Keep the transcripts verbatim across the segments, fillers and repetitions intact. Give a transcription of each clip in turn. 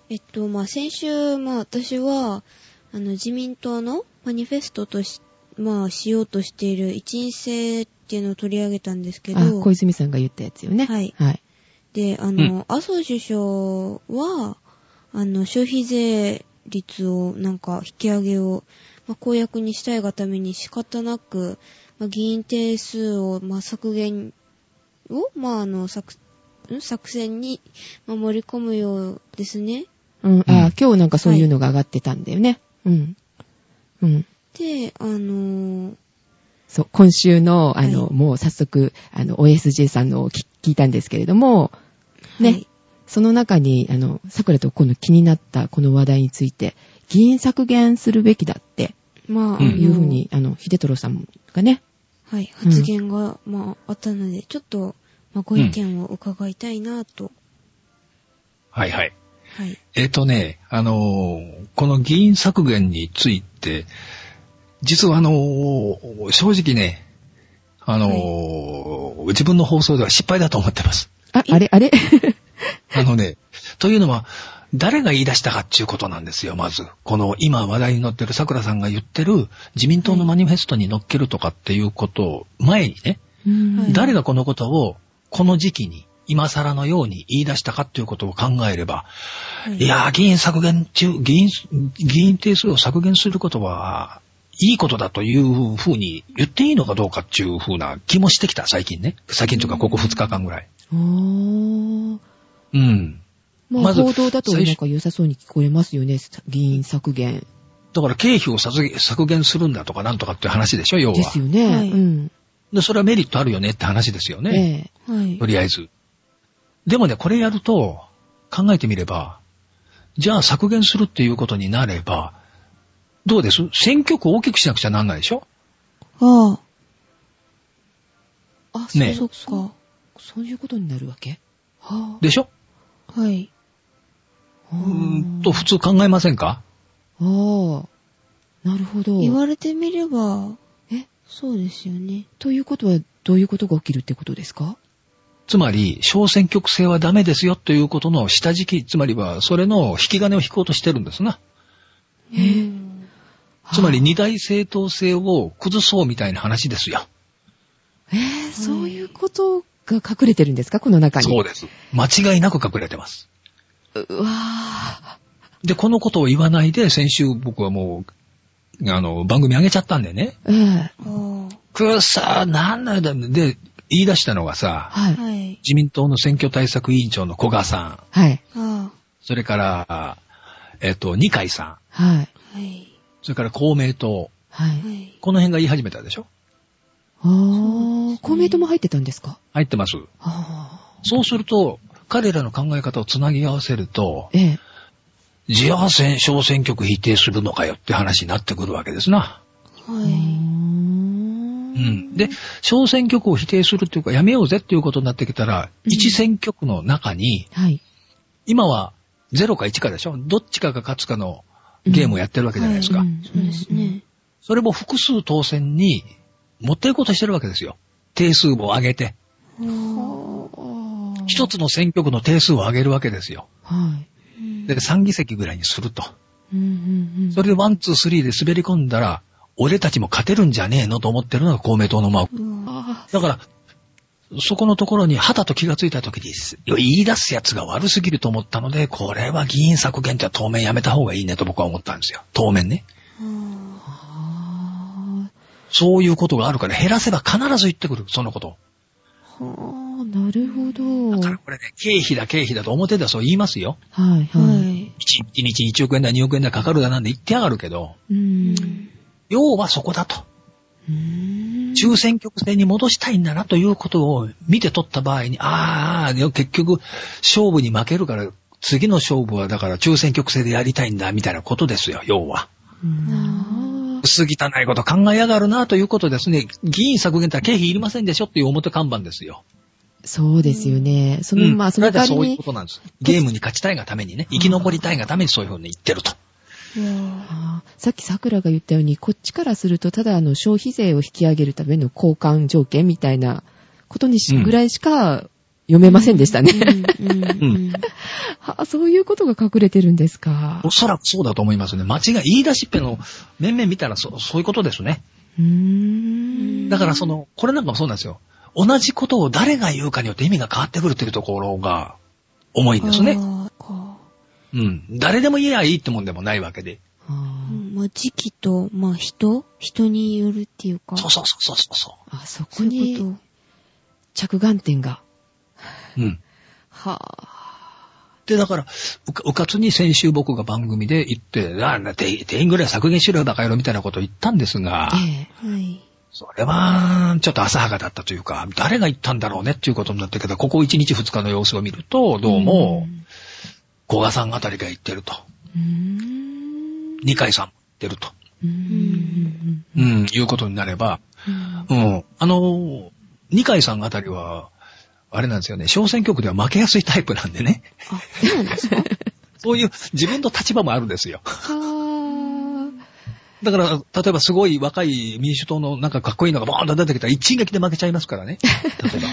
えっと、まあ、先週、まあ、私は、あの、自民党のマニフェストとし、まあ、しようとしている一員制っていうのを取り上げたんですけど。 あ、小泉さんが言ったやつよね。 はい。 はい。 で、あの、麻生首相は、あの、消費税率をなんか引き上げを、まあ、公約にしたいがために仕方なく、まあ、議員定数を、まあ、削減を、まあ、あの、作、作戦に、まあ、盛り込むようですね。 うん、あ、うん、今日なんかそういうのが上がってたんだよね。はい、うん。うん。 で、あのー、 そう、今週の、あの、 はい、 もう早速、あの、オーエスジェー さんのを聞いたんですけれども、ね、はい、その中に、あの、桜とこの気になったこの話題について、議員削減するべきだって、まあ、いうふうに、あの、秀太郎さんがね、 はい、発言が、うん、まあ、あったので、ちょっと、まあ、ご意見を伺いたいなと、うん。 はいはい。 はい。 えっとね、あのー、この議員削減について、実はあのー、正直ね、あのーはい、自分の放送では失敗だと思ってます。 あ、あれあれあのね、というのは、誰が言い出したかっていうことなんですよ、まず。この今話題に載ってる桜さんが言ってる自民党のマニフェストに載っけるとかっていうことを前にね、はい、誰がこのことをこの時期に今更のように言い出したかっていうことを考えれば、はい、いやー、議員削減中、議員、議員定数を削減することは、いいことだというふうに言っていいのかどうかっていうふうな気もしてきた、最近ね。最近というか、ここふつかかんぐらい。 おー。 うん。 まあ、まず報道だとなんか良さそうに聞こえますよね、議員削減。 だから経費を削減するんだとかなんとかっていう話でしょ、要は。 ですよね。はい、うん。 で、それはメリットあるよねって話ですよね。ええ、はい。とりあえず。でもね、これやると、考えてみれば、じゃあ削減するっていうことになれば、どうです？選挙区を大きくしなくちゃなんないでしょ？ ああ。あ、ね、そうか。そういうことになるわけ？ はあ、でしょ？ はい。 うーんと、普通考えませんか？ ああ。なるほど。 言われてみれば、え、そうですよね。 ということは、どういうことが起きるってことですか？ つまり、小選挙区制はダメですよということの下敷き、つまりは、それの引き金を引こうとしてるんですな。 へぇ。 つまり、二大政党制を崩そうみたいな話ですよ。 えー、そういうことが隠れてるんですか、この中に。 そうです。間違いなく隠れてます。 うわー。 で、このことを言わないで、先週僕はもう、あの、番組上げちゃったんでね。 ええー。くっさー、なんなんだ、で、言い出したのがさ、 はい、 自民党の選挙対策委員長の古賀さん。 はい。 それから、えっと、二階さん。 はい。 それから公明党。 はい。 この辺が言い始めたでしょ？ ああ、公明党も入ってたんですか？ 入ってます。 あそうすると、彼らの考え方をつなぎ合わせると、 ええ。 じゃあ小選挙区否定するのかよって話になってくるわけですな。 はい。 うん。で、小選挙区を否定するっていうか、やめようぜっていうことになってきたら、うん、一選挙区の中に、 はい、 今はゼロかいちかでしょ？どっちかが勝つかのゲームをやってるわけじゃないですか。 うんはいうん、そうですね。 それも複数当選に持っていこうとしてるわけですよ。定数を上げて。一つの選挙区の定数を上げるわけですよ。 はい。 で、さん議席ぐらいにすると。 うんうんうん、 それでワン、ツー、スリーで滑り込んだら、俺たちも勝てるんじゃねえのと思ってるのが公明党のマーク。だから、そこのところに肌と気がついたときに、言い出すやつが悪すぎると思ったので、これは議員削減って当面やめた方がいいねと僕は思ったんですよ。当面ね。そういうことがあるから減らせば必ず言ってくる、そのこと。 はあ、なるほど。 だからこれね、経費だ経費だと表ではそう言いますよ。 はいはい。 いちにちいちおくえんだにおくえんだかかるだなんて言ってやがるけど、 うーん要はそこだと。 うーん中選挙区制に戻したいんだなということを見て取った場合に、ああ、結局勝負に負けるから次の勝負はだから中選挙区制でやりたいんだみたいなことですよ、要は。薄汚いこと考えやがるなということですね。議員削減って経費いりませんでしょっていう表看板ですよ。 そうですよね。その、 うん、 まあ、その代わりに。 そういうことなんです。ゲームに勝ちたいがためにね、生き残りたいがためにそういうふうに言ってると。 あさっき桜が言ったように、こっちからすると、ただあの消費税を引き上げるための交換条件みたいなことにし、うん、ぐらいしか読めませんでしたね。 うんうんうんはあ、そういうことが隠れてるんですか。 おそらくそうだと思いますね。間違い、言い出しっぺの面々見たらそそういうことですね。 うーん。 だからその、これなんかもそうなんですよ。同じことを誰が言うかによって意味が変わってくるっていうところが重いんですね。 あーかうん。誰でも言えばいいってもんでもないわけで。 あーうんまあ、時期と、まあ、人人によるっていうか。 そうそうそうそうそあ、そこそういうにこ着眼点が。 う。うん。 はあ。 で、だから、うか、うかつに先週僕が番組で言って、なんだ、定員ぐらい削減しろよ、バカ野郎みたいなことを言ったんですが、 ええ。 と。はい。 それは、ちょっと浅はかだったというか、誰が言ったんだろうねっていうことになったけど、ここいちにちふつかの様子を見ると、どうも、古賀さんあたりが言ってると。 うーん。 二階さんも言ってると。 うーん。 うん、いうことになれば、うん。あの、二階さんあたりは、あれなんですよね、小選挙区では負けやすいタイプなんでね。 あ、そうなんですか？ そういう自分の立場もあるんですよ。 はだから、例えばすごい若い民主党のなんかかっこいいのがボーンと出てきたら一撃で負けちゃいますからね。例えば。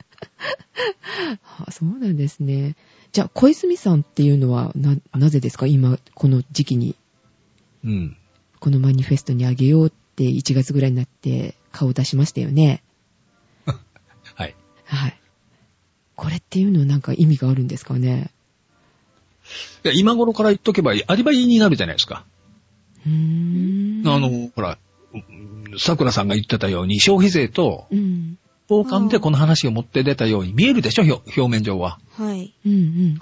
あ。そうなんですね。じゃあ、小泉さんっていうのは、な、なぜですか？今、この時期に、 うん。 このマニフェストにあげようっていちがつぐらいになって顔を出しましたよね。 はい。 はい。これっていうのはなんか意味があるんですかね？ いや今頃から言っとけばアリバイになるじゃないですか。 うーん。 あの、ほら、桜さんが言ってたように消費税とうん。 交換でこの話を持って出たように見えるでしょ、表表面上は。 はい。 うんうん。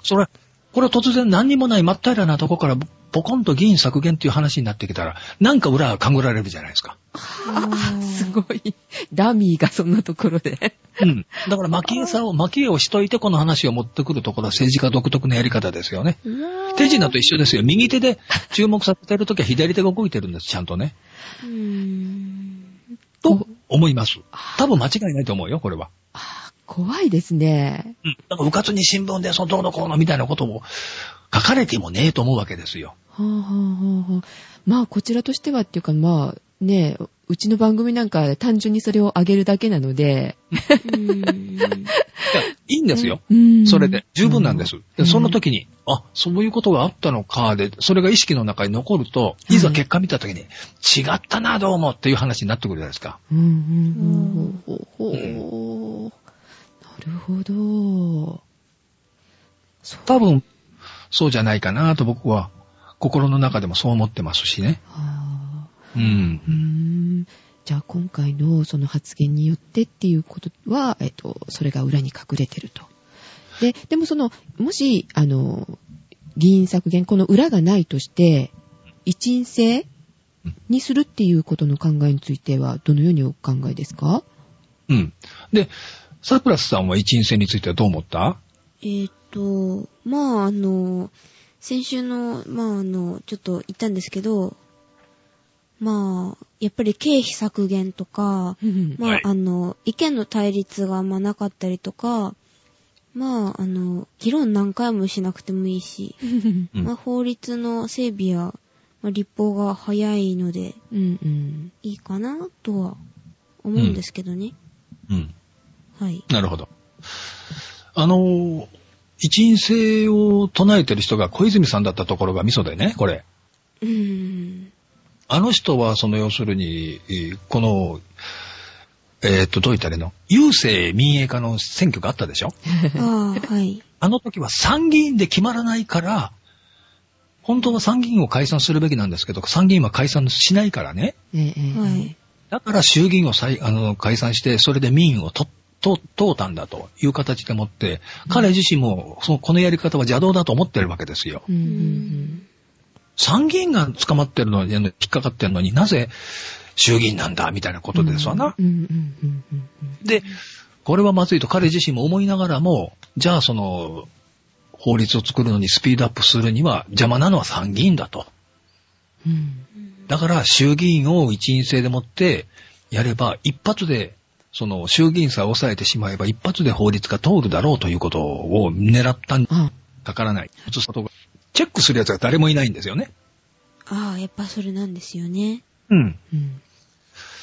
それ、これは突然何にもない真っ平らなとこからポコンと議員削減っていう話になってきたら、なんか裏がかぐられるじゃないですか。 すごい。ダミーがそんなところで。 うん。だから蒔絵さを、蒔絵をしといてこの話を持ってくるところは政治家独特のやり方ですよね。手品と一緒ですよ。右手で注目させてるときは左手が動いてるんです、ちゃんとね。 うーん。 と思います。多分間違いないと思うよ、これは。 あ、怖いですね。 うん。だから、うかつに新聞で、そのどうのこうのみたいなことも書かれてもねえと思うわけですよ。 はあ、はあはあはあ、まあ、こちらとしてはっていうか、まあ、ねえ、うちの番組なんか単純にそれを上げるだけなので。 うーん。 いや、いいんですよ。 うんそれで、十分なんです。 うんでその時に、あ、そういうことがあったのか、で、それが意識の中に残ると、いざ結果見た時に、違ったな、どうもっていう話になってくるじゃないですか。 うんうんうんほうほうほう、なるほど。 多分、そうじゃないかなと僕は、心の中でもそう思ってますしね。 はあ、 うん。 うーん。じゃあ今回のその発言によってっていうことは、えっと、それが裏に隠れてると。で、でもその、もし、あの、議員削減、この裏がないとして、一員制にするっていうことの考えについては、どのようにお考えですか？ うん。で、サプラスさんは一員制についてはどう思った？ えーっと、まあ、あの、先週の、まあ、あの、ちょっと言ったんですけど、まあ、やっぱり経費削減とか、 うんまあ、 はい、 あの、意見の対立があんまなかったりとか、まあ、あの、議論何回もしなくてもいいし、 うんまあ、法律の整備や、まあ、立法が早いので、 うんうんいいかなとは思うんですけどね。 うん。 はい。 なるほど。あの、一員制を唱えてる人が小泉さんだったところがミソでね、これ。 うーん。 あの人は、その要するに、この、えーっと、どう言ったらいいの？郵政民営化の選挙があったでしょ？ ああ、はい。 あの時は参議院で決まらないから、本当は参議院を解散するべきなんですけど、参議院は解散しないからね。 ええはい。 だから衆議院を再あの解散して、それで民意をとと通ったんだという形でもって、彼自身もそのこのやり方は邪道だと思ってるわけですよ。 うんうん参議院が捕まってるのに、引っかかってるのになぜ衆議院なんだみたいなことですわな。 うんうんうんうんうんで、これはまずいと彼自身も思いながらも、じゃあその法律を作るのにスピードアップするには邪魔なのは参議院だと。 うんだから衆議院を一員制でもってやれば一発でその衆議院さえ抑えてしまえば一発で法律が通るだろうということを狙ったんあかからない。普通里がチェックするやつが誰もいないんですよね。 ああ、やっぱそれなんですよね。 うん。 うん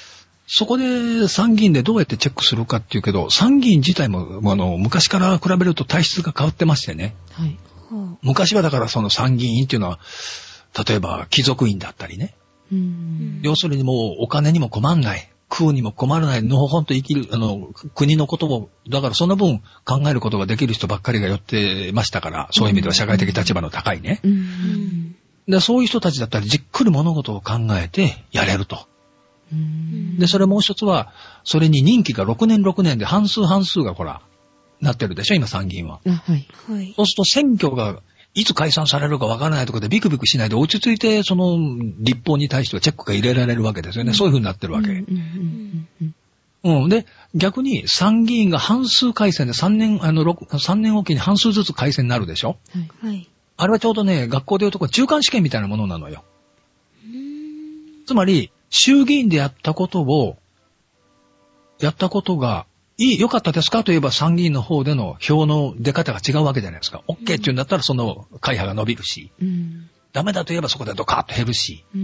そこで参議院でどうやってチェックするかっていうけど、参議院自体も、あの、昔から比べると体質が変わってましてね。 はい。 昔はだからその参議院っていうのは、例えば貴族院だったりね。 うん、 要するにもうお金にも困んない。食うにも困らない。のほほんと生きる、あの、国のことを、だからその分考えることができる人ばっかりが寄ってましたから、そういう意味では社会的立場の高いね。 うん、 でそういう人たちだったらじっくり物事を考えてやれると。で、それもう一つは、それに任期がろくねんろくねんで半数半数がほら、なってるでしょ、今参議院は。 あ、はい。 はい。 そうすると選挙がいつ解散されるかわからないところでビクビクしないで落ち着いて、その立法に対してはチェックが入れられるわけですよね。うん、そういう風になってるわけ。うんうんうん、で、逆に参議院が半数改選でさんねん、あの、さんねんおきに半数ずつ改選になるでしょ。 はい。 あれはちょうどね、学校でいうとこ中間試験みたいなものなのよ。つまり、衆議院でやったことを、やったことが、いい、良かったですかといえば参議院の方での票の出方が違うわけじゃないですか。OK って言うんだったらその会派が伸びるし、うん、ダメだといえばそこでドカーッと減るし、うん、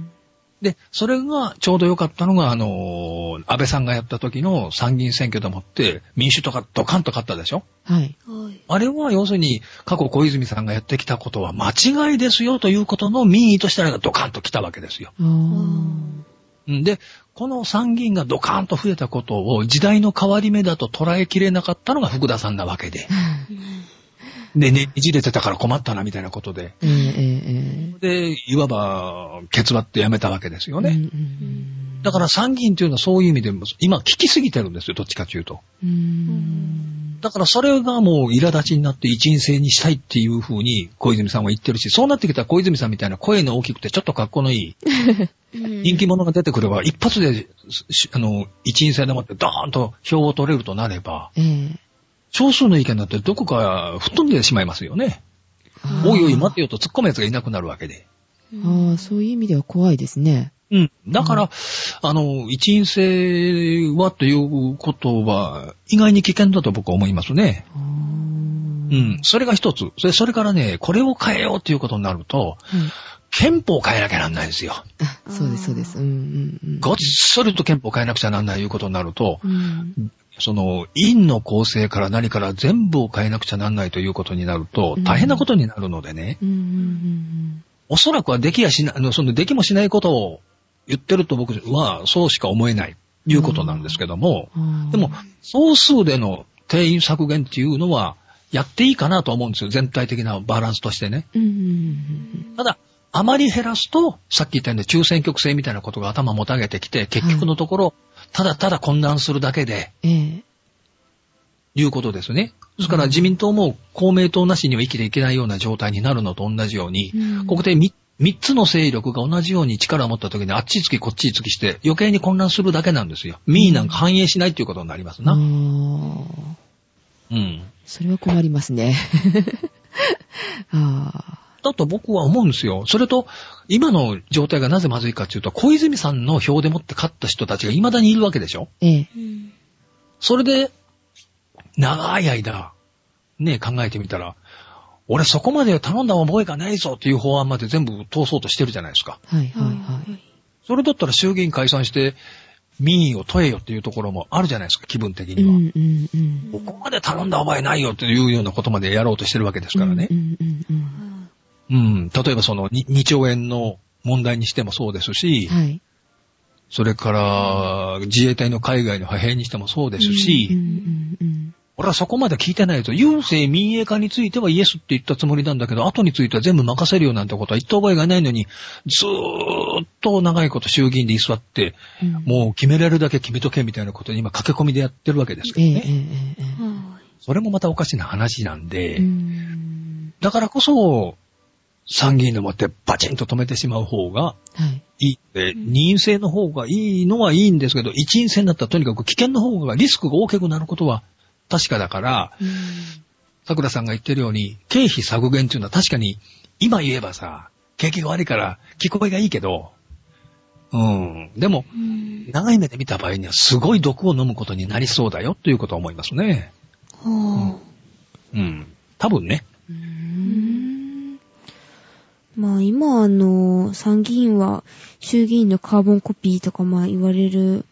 で、それがちょうど良かったのが、あのー、安倍さんがやった時の参議院選挙でもって民主党がドカンと勝ったでしょ。 はい。 あれは要するに過去小泉さんがやってきたことは間違いですよということの民意としてあれがドカンと来たわけですよ。で、この参議院がドカーンと増えたことを時代の変わり目だと捉えきれなかったのが福田さんなわけで。で、ねじれてたから困ったなみたいなことで。 えー、 で、いわば、ケツ割ってやめたわけですよね。うんうん、だから参議院というのはそういう意味でも、今聞きすぎてるんですよ、どっちかというと。うんだからそれがもう苛立ちになって一員制にしたいっていうふうに小泉さんは言ってるし、そうなってきたら小泉さんみたいな声の大きくてちょっと格好のいい人気者が出てくれば一発で、あの、一員制でもってドーンと票を取れるとなれば、えー、少数の意見だってどこか吹っ飛んでしまいますよね。おいおい待てよと突っ込むやつがいなくなるわけで。 ああ、そういう意味では怖いですね。 うん。だから、うん、あの、一員制はということは、意外に危険だと僕は思いますね。うん。それが一つ。それ、それからね、これを変えようということになると、うん、憲法を変えなきゃなんないんですよ。 あ、そうです、そうです。うんうんうん、 ごっそりと憲法を変えなくちゃなんないということになると、うん、その、院の構成から何から全部を変えなくちゃなんないということになると、大変なことになるのでね、うんうんうん、おそらくはできやしない、そのできもしないことを言ってると僕はそうしか思えないということなんですけども、でも、総数での定員削減っていうのは、やっていいかなと思うんですよ。全体的なバランスとしてね。うんうんうん、ただ、あまり減らすと、さっき言ったように中選挙区制みたいなことが頭もたげてきて、結局のところ、はい、ただただ混乱するだけで、えー、いうことですね。ですから自民党も公明党なしには生きていけないような状態になるのと同じように、うん、ここでみ三つの勢力が同じように力を持った時にあっちつきこっちつきして余計に混乱するだけなんですよ。民意なんか反映しないということになりますな。うん。うん。 それは困りますね。あだと僕は思うんですよ。それと、今の状態がなぜまずいかというと、小泉さんの票でもって勝った人たちが未だにいるわけでしょ。ええ。それで、長い間、ね、考えてみたら、俺そこまで頼んだ覚えがないぞっていう法案まで全部通そうとしてるじゃないですか。 はいはいはい。 それだったら衆議院解散して民意を問えよっていうところもあるじゃないですか、気分的には。うんうんうん、ここまで頼んだ覚えないよっていうようなことまでやろうとしてるわけですからね。うんうんうんうん、例えばその 2, にちょうえんの問題にしてもそうですし、はい、それから自衛隊の海外の派兵にしてもそうですし、うんうんうんうん俺はそこまで聞いてないと、郵政民営化についてはイエスって言ったつもりなんだけど、後については全部任せるよなんてことは言った覚えがないのに、ずーっと長いこと衆議院で居座って、うん、もう決められるだけ決めとけみたいなことに今駆け込みでやってるわけですけどね。えーえーえー、それもまたおかしな話なんで、うんだからこそ、参議院でもってバチンと止めてしまう方がいい。はい、二院制の方がいいのはいいんですけど、一院制になったらとにかく危険の方がリスクが大きくなることは、確かだから、桜さんが言ってるように、経費削減っていうのは確かに、今言えばさ、景気が悪いから聞こえがいいけど、うん。でも、長い目で見た場合にはすごい毒を飲むことになりそうだよということは思いますね。うん。うん。多分ね。うーんまあ今あの、参議院は衆議院のカーボンコピーとかまあ言われる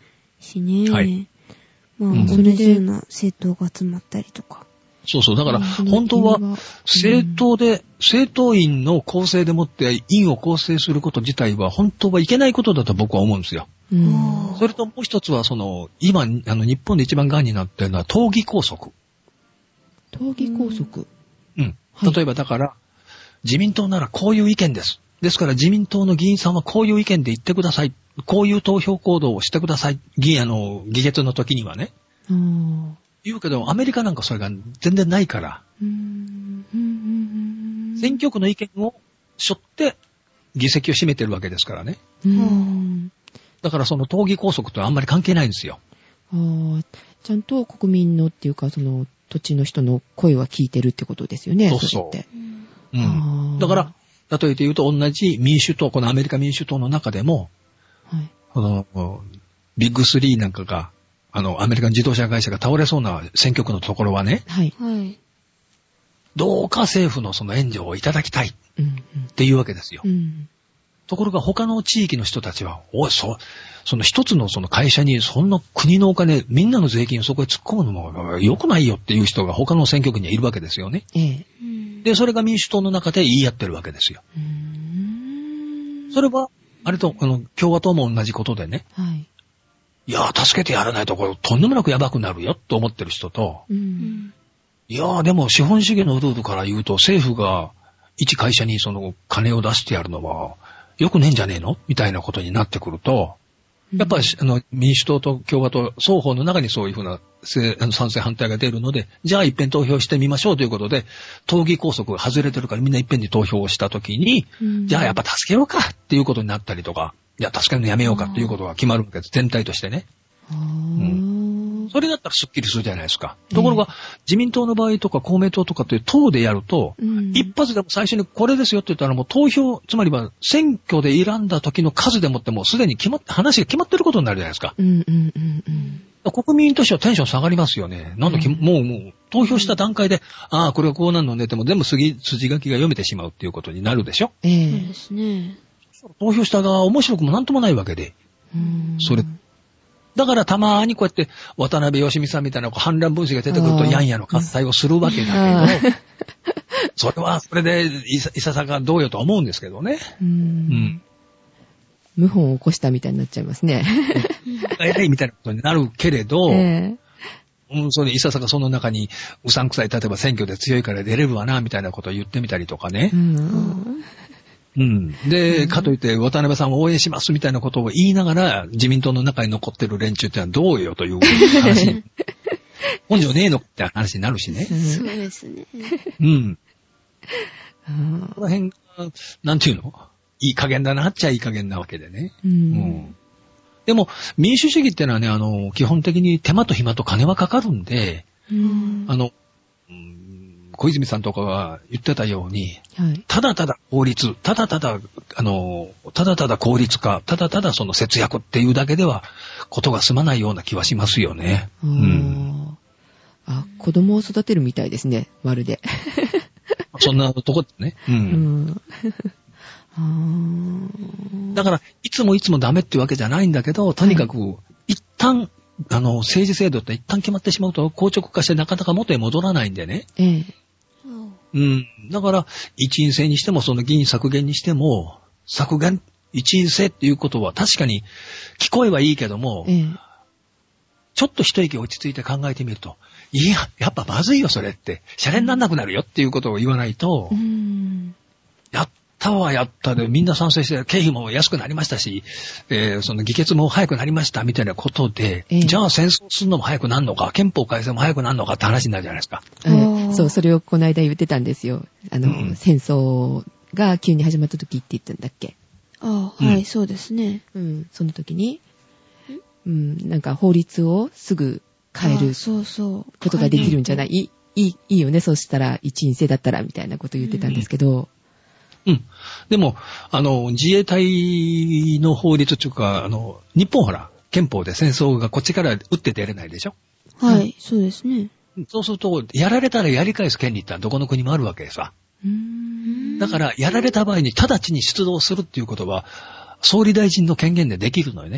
しね。 はい。 まあ、 うん同じような政党が集まったりとか。 そうそう。だから、 うん本当はうん、 政党で、政党員の構成でもって院を構成すること自体は本当はいけないことだと僕は思うんですよ。 うん。 それともう一つは、その、今、あの、日本で一番癌になっているのは、党議拘束。 党議拘束。 うん。 はい例えばだから、自民党ならこういう意見です。ですから自民党の議員さんはこういう意見で言ってください。こういう投票行動をしてください。議、あの、議決の時にはね。 あー言うけど、アメリカなんかそれが全然ないから、 うんうんうんうん選挙区の意見を背負って議席を占めてるわけですからね。 うんだからその党議拘束とはあんまり関係ないんですよ。 あーちゃんと国民のっていうか、その土地の人の声は聞いてるってことですよね。 そうそうれって。 うあん。 ーだから、例えて言うと同じ民主党、このアメリカ民主党の中でも、 はい。 このビッグスリーなんかが、あの、アメリカの自動車会社が倒れそうな選挙区のところはね、 はい。 はい。 どうか政府のその援助をいただきたいっうんていうわけですよ。 うん。うんところが他の地域の人たちは、おい、そ、その一つのその会社にそんな国のお金、みんなの税金をそこへ突っ込むのも良くないよっていう人が他の選挙区にはいるわけですよね。 ええ。 で、それが民主党の中で言い合ってるわけですよ。 うーんそれは、あれと、あの、共和党も同じことでね、 はい。 いやー、助けてやらないとこれ、とんでもなくやばくなるよと思ってる人と、 う。 うんん。 いやー、でも資本主義のルールから言うと、政府が一会社にその金を出してやるのは、よくねえんじゃねえのみたいなことになってくると、やっぱり、あの、民主党と共和党、双方の中にそういうふうな、せあの賛成反対が出るので、じゃあ一遍投票してみましょうということで、党議拘束が外れてるからみんな一遍に投票をしたときに、 うんじゃあやっぱ助けようかっていうことになったりとか、いや、助けるのやめようかっていうことが決まるわけです。全体としてね。 あーそれだったらスッキリするじゃないですか。ところが、自民党の場合とか公明党とかっていう党でやると、 うん一発でも最初にこれですよって言ったらもう投票、つまりは選挙で選んだ時の数でもってもうすでに決まっ話が決まってることになるじゃないですか。 うんうんうんうん。 国民としてはテンション下がりますよね。なんだ、 うんもう、もう、投票した段階で、ああ、これはこうなるのねっても全部筋筋書きが読めてしまうっていうことになるでしょ。 ええそうで。すね。 投票した側は面白くもなんともないわけで。 うんそれだからたまーにこうやって渡辺義美さんみたいなこう反乱分子が出てくるとあーヤンヤの喝采をするわけだけど、それはそれでいさいささかどうよとは思うんですけどね。 う。 うんん。 謀反を起こしたみたいになっちゃいますね。 えらいみたいなことになるけれど、 えうん、それいささかその中にうさんくさい、例えば選挙で強いから出れるわな、みたいなことを言ってみたりとかねえ。う。ん。 うん。で、かといって渡辺さんを応援しますみたいなことを言いながら、自民党の中に残ってる連中ってのはどうよという話。根性ねえのって話になるしね。 そうですね。 うん。 あこの辺が、なんていうのいい加減だなっちゃいい加減なわけでね。 ーう。 うんん。でも、民主主義ってのはね、あの、基本的に手間と暇と金はかかるんで、 うんあの、うん小泉さんとかが言ってたように、 はい。 ただただ効率、ただただ、あの、ただただ効率化、ただただその節約っていうだけでは、ことが済まないような気はしますよね。 あーうん。 あ、子供を育てるみたいですね、まるで。 そんなとこですね。う。 うんん。あーだから、いつもいつもダメっていうわけじゃないんだけど、とにかく、一旦、あの、政治制度って一旦決まってしまうと、硬直化してなかなか元へ戻らないんでね。 ええ。 うん。だから、一員制にしても、その議員削減にしても、削減、一員制っていうことは確かに、聞こえはいいけども、 ええ。 ちょっと一息落ち着いて考えてみると、いや、やっぱまずいよ、それって。シャレになんなくなるよっていうことを言わないと、 うーん。 やったはやったで、みんな賛成して、経費も安くなりましたし、えーその議決も早くなりましたみたいなことで、 ええじゃあ戦争するのも早くなるのか、憲法改正も早くなるのかって話になるじゃないですか。 ええそう、それをこの間言ってたんですよ。あの、 うん戦争が急に始まった時って言ったんだっけ。 ああ、はい、 うんそうですね。 うん、その時に、うん、なんか法律をすぐ変えるああそうそう。 ことができるんじゃない、 い。 いい、いい、いいよね、そうしたら一員制だったら、みたいなこと言ってたんですけど、 うん。でも、あの、自衛隊の法律というか、あの、日本ほら、憲法で戦争がこっちから撃って出れないでしょ。 はい、そうですね。 そうすると、やられたらやり返す権利ってどこの国もあるわけでさ。 うーん。 だから、やられた場合に直ちに出動するっていうことは、総理大臣の権限でできるのよね。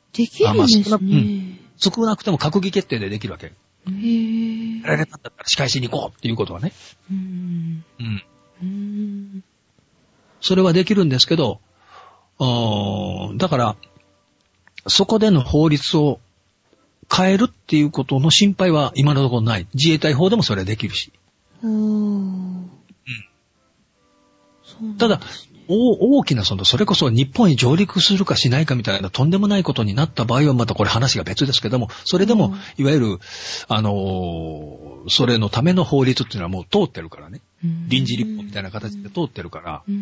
できるんですね。 あまあ少なうん、少なくても閣議決定でできるわけ。 へぇー。 やられたんだったら仕返しに行こうっていうことはね。 うーん。 うん。 うーん。 それはできるんですけど、あだから、そこでの法律を変えるっていうことの心配は今のところない。自衛隊法でもそれはできるし。 おー。うん。そうなんですね。 ただ、大きなその、それこそ日本に上陸するかしないかみたいなとんでもないことになった場合はまたこれ話が別ですけども、それでも、いわゆる、あのー、それのための法律っていうのはもう通ってるからね。臨時立法みたいな形で通ってるから、うん。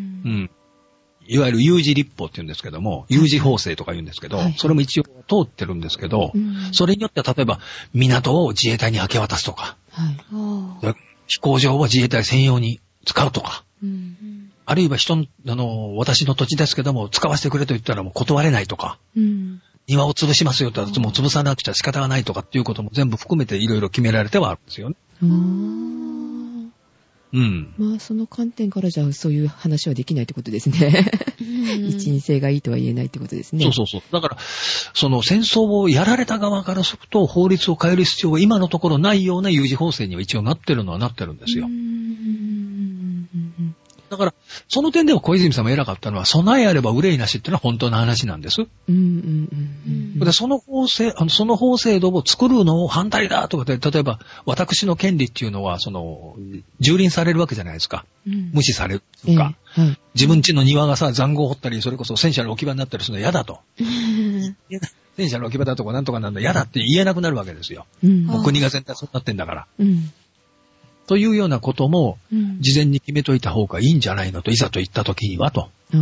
いわゆる有事立法って言うんですけども、有事法制とか言うんですけど、それも一応通ってるんですけど、それによっては例えば港を自衛隊に明け渡すとか、飛行場を自衛隊専用に使うとか、あるいは人、あの、私の土地ですけども、使わせてくれと言ったらもう断れないとか、うん、庭を潰しますよと言ったらもう潰さなくちゃ仕方がないとかっていうことも全部含めていろいろ決められてはあるんですよね。 うーん。うん。まあ、その観点からじゃあそういう話はできないってことですね。一員制がいいとは言えないってことですね。 そうそうそう。だから、その戦争をやられた側からすると法律を変える必要は今のところないような有事法制には一応なってるのはなってるんですよ。うーん、だから、その点では小泉さんも偉かったのは、備えあれば憂いなしっていうのは本当の話なんです。うんうんうんうん、でその法制、あの、その法制度を作るのを反対だとかで、例えば、私の権利っていうのは、その、蹂躙されるわけじゃないですか。うん、無視されるとか、えーはい。自分家の庭がさ、塹壕を掘ったり、それこそ戦車の置き場になったりするの嫌だと。戦車の置き場だとかなんとかなんだ嫌だって言えなくなるわけですよ。うん、もう国が全体そうなってんだから。うんというようなことも、事前に決めといた方がいいんじゃないのと、いざと言った時にはと。うん、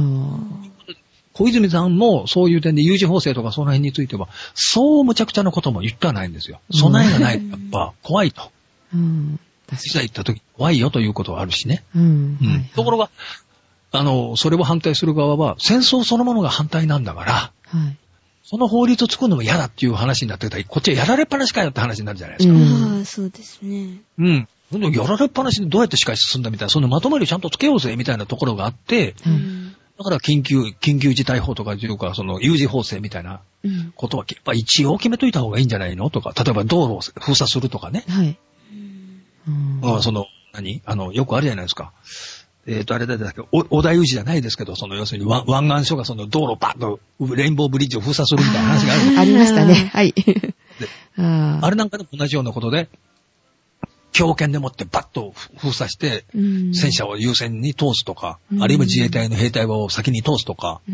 小泉さんもそういう点で有事法制とかその辺については、そうむちゃくちゃなことも言ってはないんですよ。備えがないとやっぱ怖いと。うん、いざ言った時怖いよということはあるしね。うんうんはいはい、ところが、あの、それを反対する側は、戦争そのものが反対なんだから、はい、その法律を作るのも嫌だっていう話になってたら、こっちはやられっぱなしかよって話になるじゃないですか。 うん、ああ、そうですね。 うん。やられっぱなしでどうやって仕返し進んだみたいな、そのまとまりをちゃんとつけようぜみたいなところがあって、うん、だから緊急、緊急事態法とかというか、その有事法制みたいなことは、やっぱ一応決めといた方がいいんじゃないのとか、例えば道路を封鎖するとかね。はい。うん、その、何あの、よくあるじゃないですか。えっ、ー、と、あれだけど、小田裕二じゃないですけど、その、要するに湾岸署がその道路バッと、レインボーブリッジを封鎖するみたいな話がある。 ありましたね。はい。 あ, あれなんかでも同じようなことで、強権でもってバッと封鎖して、戦車を優先に通すとか、うん、あるいは自衛隊の兵隊を先に通すとか、うん、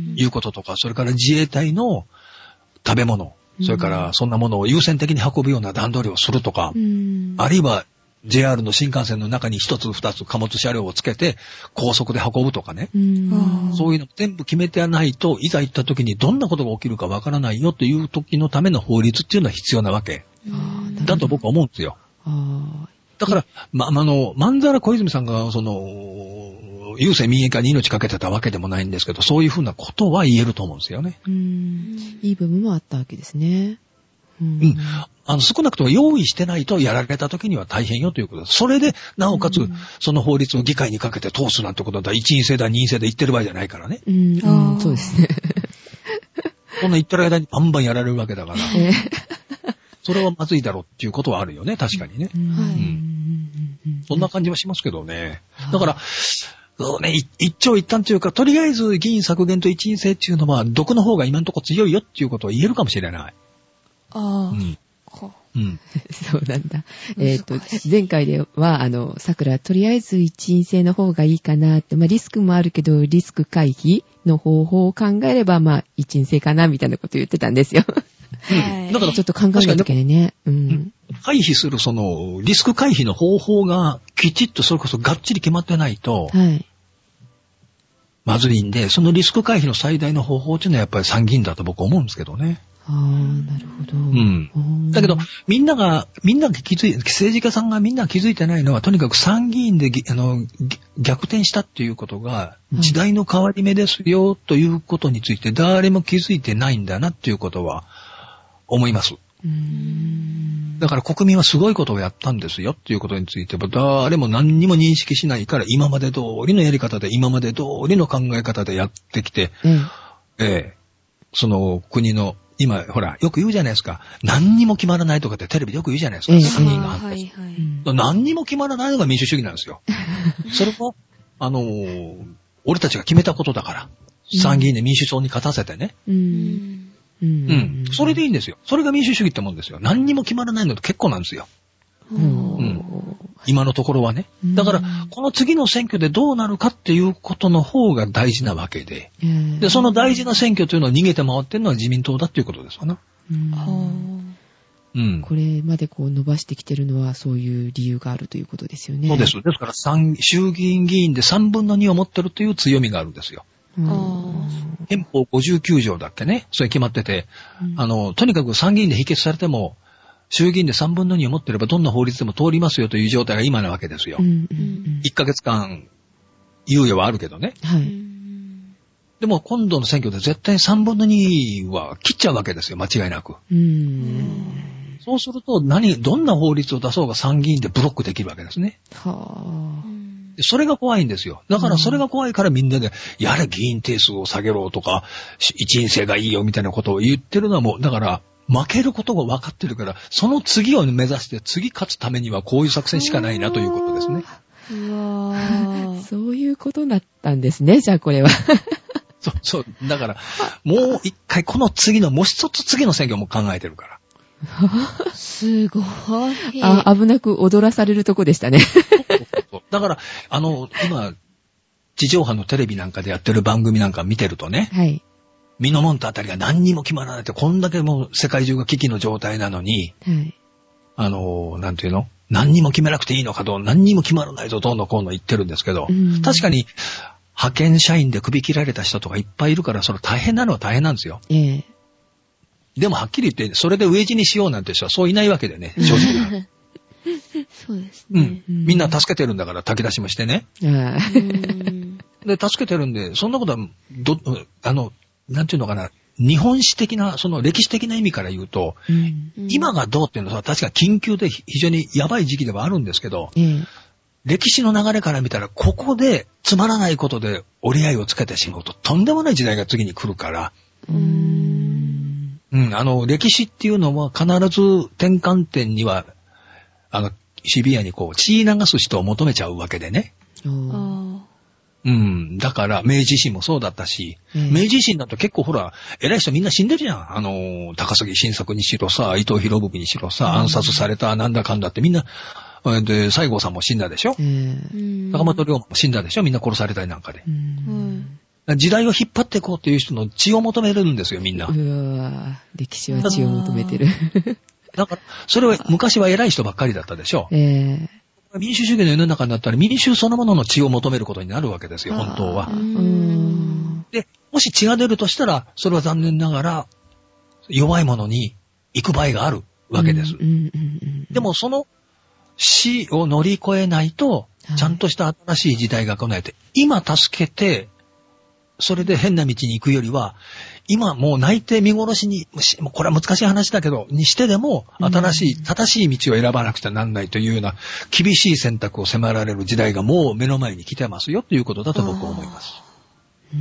いうこととか、それから自衛隊の食べ物、それからそんなものを優先的に運ぶような段取りをするとか、うん、あるいは ジェイアール の新幹線の中に一つ二つ貨物車両をつけて高速で運ぶとかね、うん、そういうの全部決めてはないと、いざ行った時にどんなことが起きるかわからないよという時のための法律っていうのは必要なわけだと僕は思うんですよ。あだから、ま、あの、まんざら小泉さんが、その、郵政民営化に命かけてたわけでもないんですけど、そういうふうなことは言えると思うんですよね。 うん。いい部分もあったわけですね。 うん。うん、あの、少なくとも用意してないとやられた時には大変よということです。それで、なおかつ、うん、その法律を議会にかけて通すなんてことだ、一員制だ、二員制で言ってる場合じゃないからね。 うん、あそうですね。 こんな言ってる間にバンバンやられるわけだから。えーそれはまずいだろうっていうことはあるよね、確かにね。うんはいうん、そんな感じはしますけどね。だから、そうね、一長一短というか、とりあえず議員削減と一員制っていうのは、毒の方が今のところ強いよっていうことを言えるかもしれない。ああ。うんうん、そうなんだ。えっ、ー、と、前回では、あの、桜、とりあえず一員制の方がいいかなって、まあ、リスクもあるけど、リスク回避の方法を考えれば、まあ、一員制かな、みたいなことを言ってたんですよ。はい、だからちょっと考えなきゃいけないね。うん。 回避するそのリスク回避の方法がきちっとそれこそがっちり決まってないと、はい、まずいんで、そのリスク回避の最大の方法っていうのはやっぱり参議院だと僕は思うんですけどね。 ああ、なるほど。うん。だけど、みんなが、みんなが気づい、政治家さんがみんな気づいてないのは、とにかく参議院で、あの、逆転したっていうことが、時代の変わり目ですよ、ということについて、誰も気づいてないんだなっていうことは、思います。うーんだから国民はすごいことをやったんですよっていうことについて、誰も何にも認識しないから、今まで通りのやり方で、今まで通りの考え方でやってきて、うん、えー、その国の今、ほら、よく言うじゃないですか。何にも決まらないとかってテレビでよく言うじゃないですか。 ええ参議院があー反対してはいはい。 うん何にも決まらないのが民主主義なんですよ。それも、あのー、俺たちが決めたことだから。参議院で民主党に勝たせてね。 う。 うんん。 う。 うんん。それでいいんですよ。それが民主主義ってもんですよ。何にも決まらないのって結構なんですよ。 ううんん。 今のところはね。だから、この次の選挙でどうなるかっていうことの方が大事なわけで。 ええで、その大事な選挙というのを逃げて回ってるのは自民党だっていうことですわな。 うんはうん。 これまでこう伸ばしてきてるのはそういう理由があるということですよね。 そうです。ですから、参衆議院議員でさんぶんのにを持ってるという強みがあるんですよ。 うん。 あ憲法ごじゅうきゅう条だっけね。それ決まってて、 うんあの、とにかく参議院で否決されても、衆議院でさんぶんのにを持ってればどんな法律でも通りますよという状態が今なわけですよ。 うんうんうんいっかげつかん猶予はあるけどね。 あ。うはい。 んでも今度の選挙で絶対さんぶんのには切っちゃうわけですよ。間違いなく。 うん。 そうすると何、どんな法律を出そうが参議院でブロックできるわけですね。 はあ。 でそれが怖いんですよ。だからそれが怖いからみんなで、やれ議員定数を下げろとか、一員制がいいよみたいなことを言ってるのはもう、だから負けることが分かってるから、その次を目指して次勝つためにはこういう作戦しかないなということですね。 うわーそういうことだったんですね、じゃあこれは。 そう、そう。だから、もう一回この次の、もう一つ次の選挙も考えてるから。 すごい。 あ、危なく踊らされるとこでしたね。 だから、あの、今、地上波のテレビなんかでやってる番組なんか見てるとね、 はい。 ミノモンタあたりが何にも決まらないって、こんだけもう世界中が危機の状態なのに、 はい。 あの、なんていうの何にも決めなくていいのかどう、何にも決まらないぞ、どうのこうの言ってるんですけど、 うん確かに、派遣社員で首切られた人とかいっぱいいるから、それ大変なのは大変なんですよ。 ええ。 でもはっきり言って、それで飢え死にしようなんて人はそういないわけでね、正直な。 そうですねうん。。みんな助けてるんだから、炊き出しもしてね。 ああ。 うんで、助けてるんで、そんなことは、ど、あの、なんていうのかな、日本史的な、その歴史的な意味から言うと、 うん今がどうっていうのは確か緊急で非常にやばい時期ではあるんですけど、 ええ。 歴史の流れから見たら、ここでつまらないことで折り合いをつけてしまうと、とんでもない時代が次に来るから、 うーん。 うん、あの、歴史っていうのは必ず転換点には、あの、シビアにこう、血流す人を求めちゃうわけでね。 おーあうん。だから、明治維新もそうだったし、 ええ明治維新だと結構ほら、偉い人みんな死んでるじゃん。あの、高杉晋作にしろさ、伊藤博文にしろさ、 うん暗殺されたなんだかんだってみんな、えで、西郷さんも死んだでしょえ。えーうん坂本龍馬も死んだでしょみんな殺されたりなんかでう。ん時代を引っ張っていこうっていう人の血を求めれるんですよ、みんな。 うわぁ、歴史は血を求めてる。 だから、それは昔は偉い人ばっかりだったでしょ。 ええ。 民主主義の世の中になったら民主そのものの血を求めることになるわけですよ、本当はう。 うんん。 で、もし血が出るとしたら、それは残念ながら、弱いものに行く場合があるわけです。 うんうんうんうんでも、その死を乗り越えないとはい、 ちゃんとした新しい時代が来ないと、今助けて、それで変な道に行くよりは、今もう内定見殺しに、しもうこれは難しい話だけど、にしてでも、新しい、正しい道を選ばなくちゃなんないというような、厳しい選択を迫られる時代がもう目の前に来てますよということだと僕は思います。 うー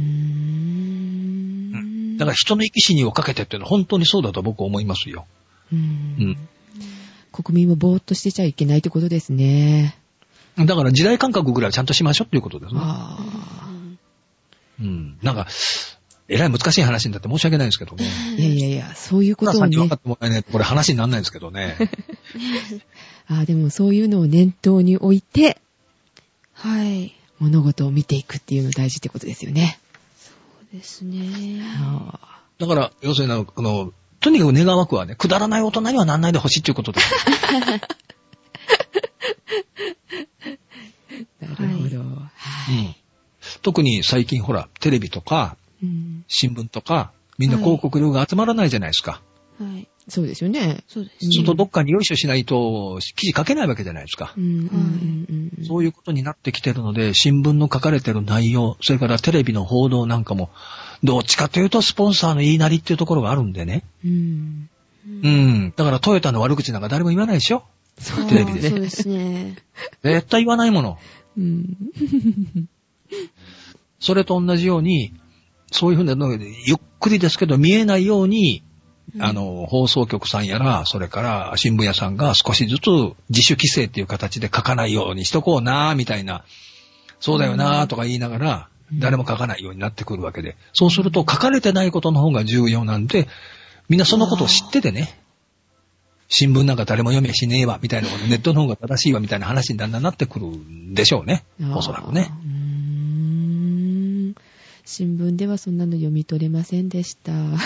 ん。 だから人の生き死にをかけてっていうのは本当にそうだと僕は思いますよ。 ううんん。 国民もぼーっとしてちゃいけないってことですね。 だから時代感覚ぐらいはちゃんとしましょうっていうことですね。 あうん。なんか、えらい難しい話になって申し訳ないんですけどね。 あ。いやいやいや、そういうことをね皆さんに分かっ。てもらえないとこれ話にならないんですけどね。 ああ、でもそういうのを念頭に置いて、 はい。 物事を見ていくっていうの大事ってことですよね。 そうですね。 ああ。 だから、要するにあの、あのとにかく願わくはね、くだらない大人にはなんないでほしいっていうことです。 なるほど。 うん。特に最近ほら、テレビとか、 うん、 新聞とか、みんな広告料が集まらないじゃないですか。 はい。 そうですよね。 そうですうんちょっとどっかによいしょしないと、記事書けないわけじゃないですか。 うんうんうんうん、 そういうことになってきてるので、新聞の書かれてる内容、それからテレビの報道なんかも、どっちかというとスポンサーの言いなりっていうところがあるんでね。 うん。 うん。だからトヨタの悪口なんか誰も言わないでしょ。 そうテレビでねそうですね。 絶対言わないもの。 うん。 それと同じように、そういうふうなので、ゆっくりですけど見えないように、 あの、放送局さんやら、それから新聞屋さんが少しずつ自主規制っていう形で書かないようにしとこうな、みたいな、そうだよな、とか言いながら、誰も書かないようになってくるわけで、そうすると書かれてないことの方が重要なんで、みんなそのことを知っててね、新聞なんか誰も読めしねえわ、みたいなこと、ネットの方が正しいわ、みたいな話にだんだんなってくるんでしょうね。おそらくね。 うーん、新聞ではそんなの読み取れませんでした。はい。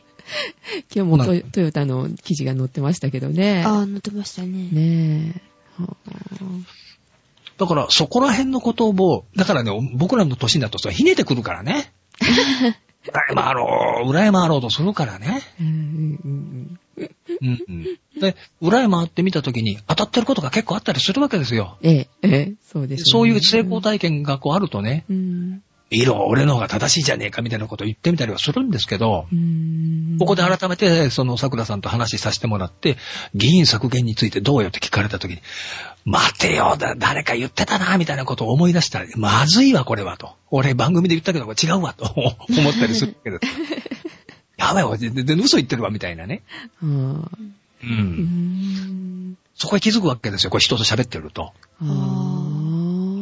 今日もトヨ、トヨタの記事が載ってましたけどね。 ああ、載ってましたね。 ねえ。はあ、 だから、そこら辺のことを、だからね、僕らの年になると、それひねてくるからね。羨まろう、羨まろうとするからね。 うんうんうんうん、で、羨まってみたときに、当たってることが結構あったりするわけですよ。 ええ、ええ、そうです、ね。 そういう成功体験がこうあるとね、 うん、 いろ、俺の方が正しいじゃねえかみたいなことを言ってみたりはするんですけど、 うん、 ここで改めて、その桜さんと話させてもらって、議員削減についてどうよって聞かれたときに、待てよ、だ、誰か言ってたな、みたいなことを思い出したら、まずいわ、これは、と。俺番組で言ったけど、違うわ、と思ったりするけど。やばいわ、全然嘘言ってるわ、みたいなね。 うん。 うん。そこへ気づくわけですよ、これ人と喋ってると。 あー、うん、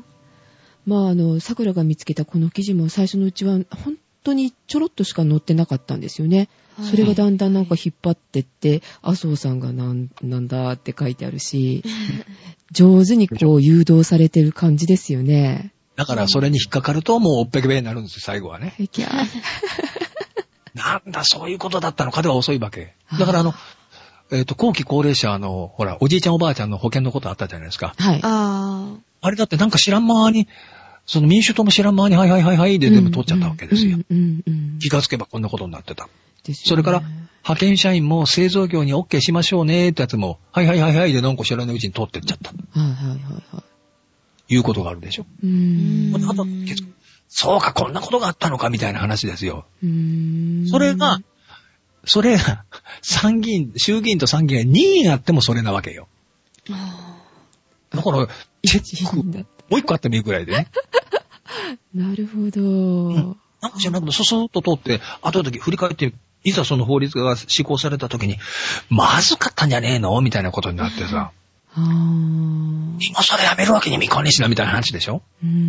まあ、あの、桜が見つけたこの記事も最初のうちは、本当にちょろっとしか載ってなかったんですよね。それがだんだんなんか引っ張ってって、麻生さんがなん、なんだって書いてあるし、上手にこう誘導されてる感じですよね。 だからそれに引っかかるともうおっぺけべになるんですよ、最後はね。 いやなんだ、そういうことだったのかでは遅いわけ。だからあの、えっと、後期高齢者の、ほら、おじいちゃんおばあちゃんの保険のことあったじゃないですか。 はい。 ああ。 あれだってなんか知らん間に、その民主党も知らん間に、はいはいはいはいで全部通っちゃったわけですよ。 うんうんうん、 気がつけばこんなことになってた。 ですよね、 それから、派遣社員も製造業に OK しましょうねってやつも、はいはいはいはいでなんか知らないうちに通ってっちゃった。 はいはいはいはい。 いうことがあるでしょ。 うーん。 あとそうか、こんなことがあったのかみたいな話ですよ。 うーん。 それが、それが、参議院、衆議院と参議院がにいあってもそれなわけよ。 あだから、チェック、もう一個あってもいいくらいでね。 なるほど。 うん、なんかじゃなくて、ススーッと通って、後で振り返って、いざその法律が施行された時に、まずかったんじゃねえのみたいなことになってさ。 あー、 今更やめるわけにもいかねえしな、みたいな話でしょ。 うーん。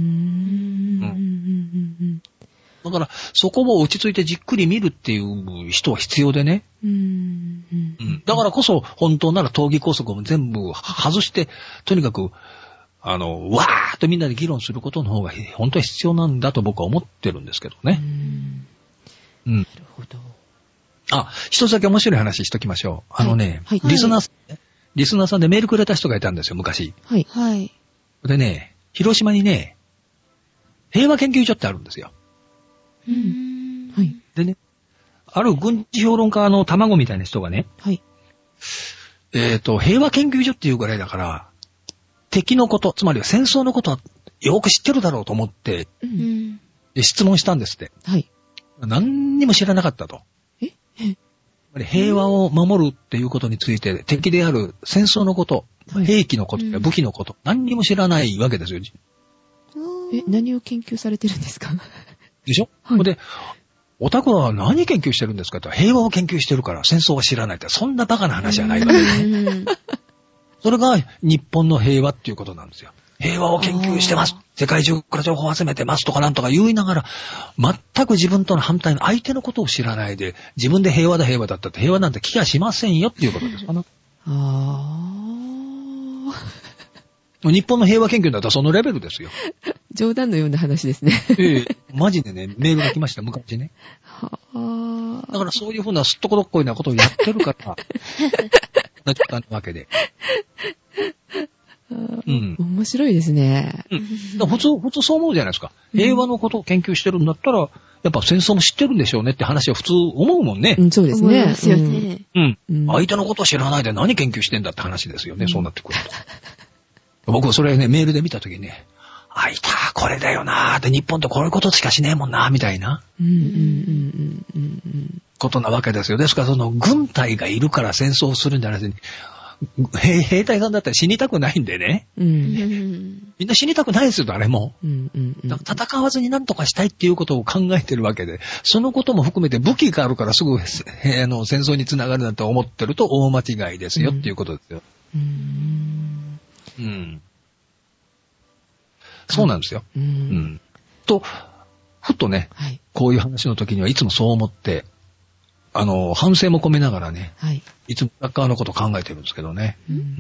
うんだから、そこを落ち着いてじっくり見るっていう人は必要でね。 うん、 うん、だからこそ、本当なら党議拘束も全部外して、とにかく、あの、わーっとみんなで議論することの方が本当は必要なんだと僕は思ってるんですけどね。うん。うん、 なるほど。 あ、一つだけ面白い話しときましょう。あのね、 はいはい、 リスナーさん、リスナーさんでメールくれた人がいたんですよ、昔。 はい。 はい。 でね、広島にね、平和研究所ってあるんですよ。 うん。はい。 でね、ある軍事評論家の卵みたいな人がね、 はい。 えっと、平和研究所っていうぐらいだから、敵のこと、つまりは戦争のことはよく知ってるだろうと思って、 うん、 で質問したんですって。 はい。 何にも知らなかったと。 え平和を守るっていうことについて、敵である戦争のこと、はい、兵器のことや武器のこと、うん、何にも知らないわけですよ。 え、何を研究されてるんですか？ でしょ、はい、で、お宅は何研究してるんですかって、平和を研究してるから戦争は知らないって、そんなバカな話じゃないわけですね。それが日本の平和っていうことなんですよ。平和を研究してます。世界中から情報を集めてますとかなんとか言いながら、全く自分との反対の相手のことを知らないで、自分で平和だ平和だったって平和なんて気がしませんよっていうことですかね。 あー。日本の平和研究だったらそのレベルですよ。 冗談のような話ですね。 ええ、マジでね、メールが来ました、昔ね。 はあ。 だからそういうふうなすっとこどっこいなことをやってるから、なっちゃったわけで。 うん、面白いですね。 うん、普通、普通そう思うじゃないですか。平和のことを研究してるんだったら、やっぱ戦争も知ってるんでしょうねって話は普通思うもんね。 うん、そうですね。 思いますよね。 うん。うん、相手のことを知らないで何研究してんだって話ですよね、うん、そうなってくると。僕はそれね、メールで見たときにね、あいた、これだよなーって、日本ってこういうことしかしねえもんなーみたいな。 うんうんうんうんうん。 ことなわけですよ。ですからその軍隊がいるから戦争をするんじゃなくて、 兵兵隊さんだったら死にたくないんでね。 う。 うんん。 みんな死にたくないですよ、誰も。 うんうんうん。 だから戦わずに何とかしたいっていうことを考えてるわけで、そのことも含めて武器があるからすぐ、えー、の戦争につながるなんて思ってると大間違いですよ、うん、っていうことですよ。 うーん。 うん。そうなんですよ。 うん。うん、 と、ふとね、はい、こういう話の時にはいつもそう思って、あの、反省も込めながらね、はい、いつもサッカーのこと考えてるんですけどね。うん。うん、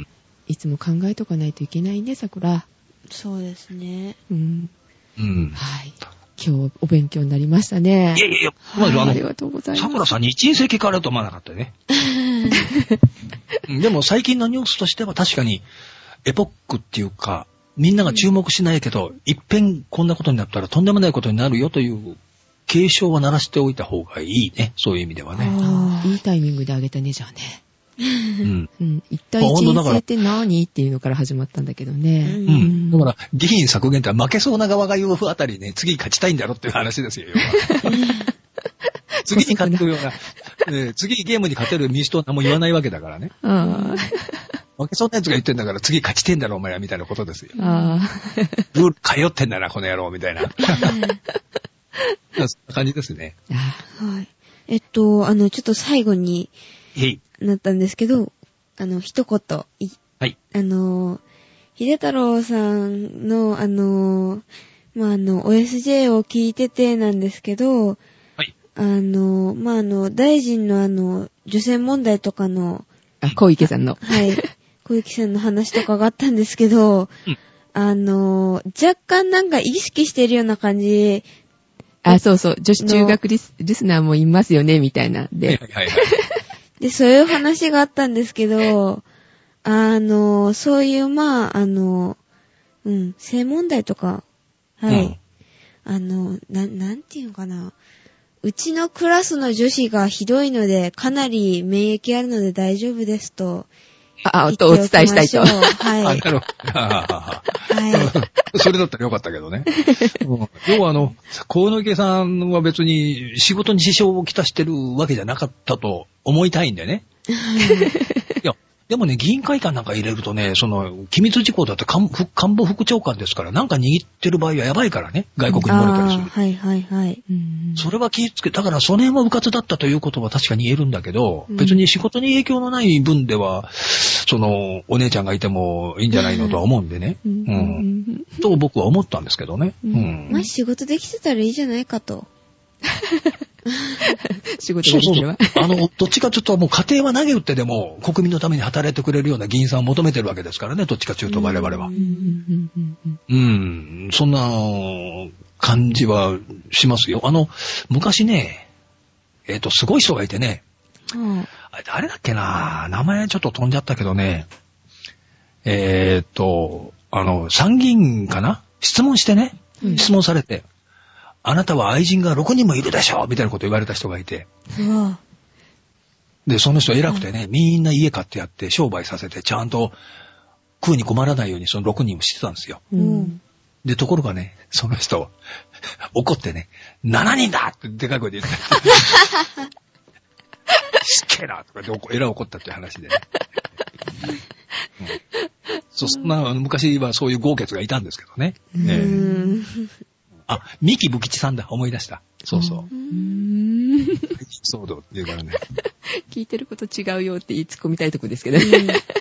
いつも考えとかないといけないね、桜。 そうですね。 うん。 うん。 はい。今日お勉強になりましたね。 いやいやいや、 まずあの、ありがとうございます。 桜さんに一日聞かれると思わなかったよね。でも最近のニュースとしては確かに、エポックっていうか、みんなが注目しないけど、うん、一遍こんなことになったらとんでもないことになるよという警鐘は鳴らしておいた方がいいね。そういう意味ではね。 いいタイミングであげたね、じゃあね。 うん。 うん。一体人生って何っていうのから始まったんだけどね。 うん。だから、議員削減って負けそうな側が言うあたりね、次勝ちたいんだろっていう話ですよ、要は。次に勝てるような、ね、次ゲームに勝てる民主党は何も言わないわけだからね。 あ負けそうな奴が言ってんだから次勝ちてんだろお前らみたいなことですよ。 あルール通ってんだなこの野郎みたいな。そんな感じですね。 はい。えっと、あの、ちょっと最後になったんですけど、あの、一言。 はい。 あの、秀太郎さんの、あの、まあ、あの、オーエスジェー を聞いててなんですけど、 はい。 あの、まあ、あの、大臣のあの、女性問題とかの、 あ、小池さんの。 はい。小池さんの話とかがあったんですけど、うん、あの、若干なんか意識してるような感じ。 あ、そうそう。女子中学リス、リスナーもいますよね、みたいな。で、 はいはいはい。 で、そういう話があったんですけど、あの、そういう、まあ、あの、うん、性問題とか、はい。うん、あの、な、なんていうのかな。うちのクラスの女子がひどいので、かなり免疫あるので大丈夫ですと。 あ、とお伝えしたいと。 はい。 あ、なるほど。はい。それだったらよかったけどね。うん、要はあの、河野池さんは別に仕事に支障をきたしてるわけじゃなかったと思いたいんでね。いや、でもね、議員会館なんか入れるとね、その、機密事項だって官房副長官ですから、なんか握ってる場合はやばいからね、外国に漏れたりする。 はいはいはい。 それは気をつけ、だからその辺は迂闊だったということは確かに言えるんだけど、うん、別に仕事に影響のない分では、その、お姉ちゃんがいてもいいんじゃないのとは思うんでね。うん。うん、と僕は思ったんですけどね。うん。うん、 まあ仕事できてたらいいじゃないかと。 仕事できてるわ。 そうそうそう。あの、どっちかちょっともう家庭は投げ打ってでも国民のために働いてくれるような議員さんを求めてるわけですからね、どっちかというと我々は。うん。うん。そんな感じはしますよ。あの、昔ね、えっと、すごい人がいてね、うん、あれ誰だっけな、名前ちょっと飛んじゃったけどね、えっと、あの、参議院かな質問してね、うん、質問されて、あなたは愛人がろくにんもいるでしょみたいなこと言われた人がいて。 うん、 で、その人偉くてね、うん、みんな家買ってやって商売させて、ちゃんと食うに困らないようにそのろくにんもしてたんですよ。 うん、で、 ところがね、その人、怒ってね、しちにんだってでかい声で言って。すっげえなとかで、えらい怒ったっていう話でね。うん、そう、そんな、昔はそういう豪傑がいたんですけどね。 うん、えーあ、三木武吉さんだ。思い出した。そうそう。うーん。 そうだって言うからね。 聞いてること違うよって言い突っ込みたいとこですけどね。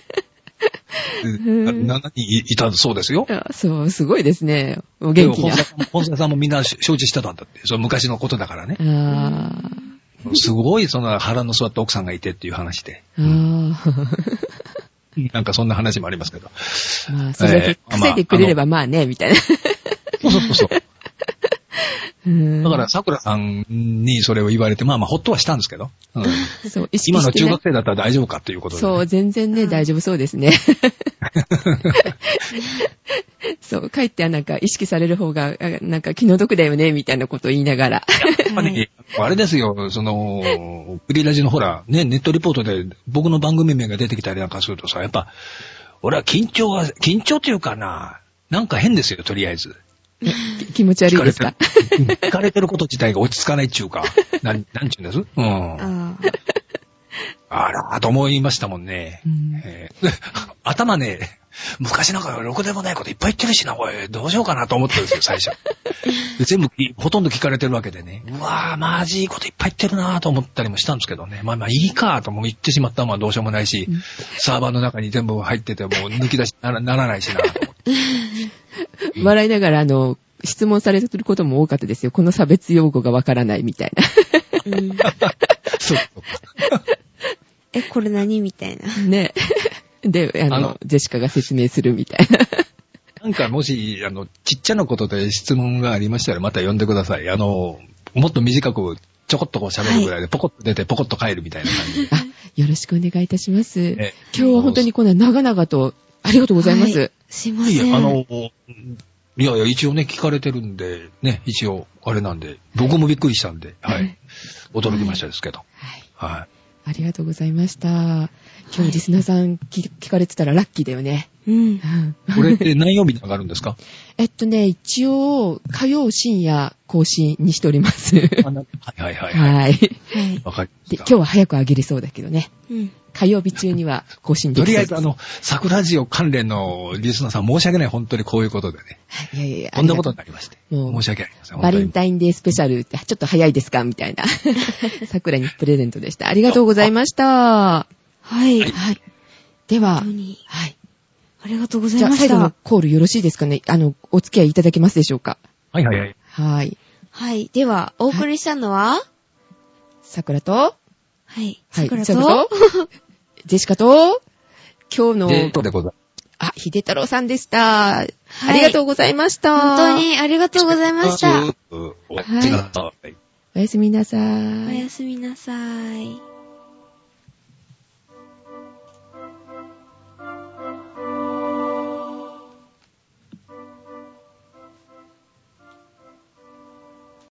しちにんいたそうですよ。 そう、すごいですね。お元気な。 本田さんもみんな承知してたんだって。その昔のことだからね。 あすごい、その腹の座った奥さんがいてっていう話で。 あなんかそんな話もありますけど。 まあ、それだけ稼いでくれればまあね、みたいな。 そうそうそう。だから、桜さんにそれを言われて、まあまあ、ほっとはしたんですけど。うん、 そう、意識して、 ね、今の中学生だったら大丈夫かっていうことで、ね。 そう、全然ね、大丈夫そうですね。そう、かえってなんか意識される方が、なんか気の毒だよね、みたいなことを言いながら。 やっぱね、あれですよ、その、クリラジのほら、ね、ネットリポートで僕の番組名が出てきたりなんかするとさ、やっぱ、俺は緊張は、緊張っていうかな、なんか変ですよ、とりあえず。 気持ち悪いですか？ 聞かれてること自体が落ち着かないっていうか、なん、なんちゅうんです？うん。ああら、と思いましたもんね。 うんえー頭ね、昔なんかろくでもないこといっぱい言ってるしな、これ、どうしようかなと思ったんですよ、最初。で全部、ほとんど聞かれてるわけでね。うわぁ、マジいいこといっぱい言ってるなぁと思ったりもしたんですけどね。まあまあ、いいかとも言ってしまったのはどうしようもないし、 うんサーバーの中に全部入ってても抜き出しならならないしなと思って。 笑いながら、あの、質問されてることも多かったですよ。この差別用語がわからないみたいな。 うん、 そう。 え、これ何みたいな。 ね。で、あの、 あのジェシカが説明するみたいな。 なんかもし、あの、ちっちゃなことで質問がありましたらまた呼んでください。あの、もっと短くちょこっとこう喋るぐらいでポコッと出てポコッと帰るみたいな感じで。 あ、よろしくお願いいたします。 え今日は本当にこんな長々とありがとうございます。 はい、すいません。 いや、あの、いやいや、一応ね、聞かれてるんで、ね、一応、あれなんで、僕もびっくりしたんで、はい。驚きましたですけど。 はい。 はい。 ありがとうございました。今日リスナーさん聞聞かれてたらラッキーだよね。 うん。 うんこれって何曜日に上がるんですか？ えっとね、一応、火曜深夜更新にしております。 はいはいはい。はい。 はい。 はい。 わかりまで、 した。 今日は早く上げれそうだけどね。 うん。 火曜日中には更新できそうです。 とりあえずあの、桜ジオ関連のリスナーさん申し訳ない、本当にこういうことでね。 いやいやいや。 こんなことになりまして。 もう申し訳ありません。 バレンタインデースペシャルってちょっと早いですかみたいな。桜にプレゼントでした。ありがとうございました。 はい。 はい。では、 本当にはい。 ありがとうございじゃあました。 最後のコールよろしいですかね。あの、お付き合いいただけますでしょうか。 はいはいはい。 はい。 はい。では、お送りしたのは、 桜と、 はい。 はい。 桜と、 桜とジェシカと、今日の、 で、とでございあ、秀太郎さんでした。ありがとうございました。 本当にありがとうございました。 ます。おやすみなさい。 おやすみなさおい。 やすみなさい。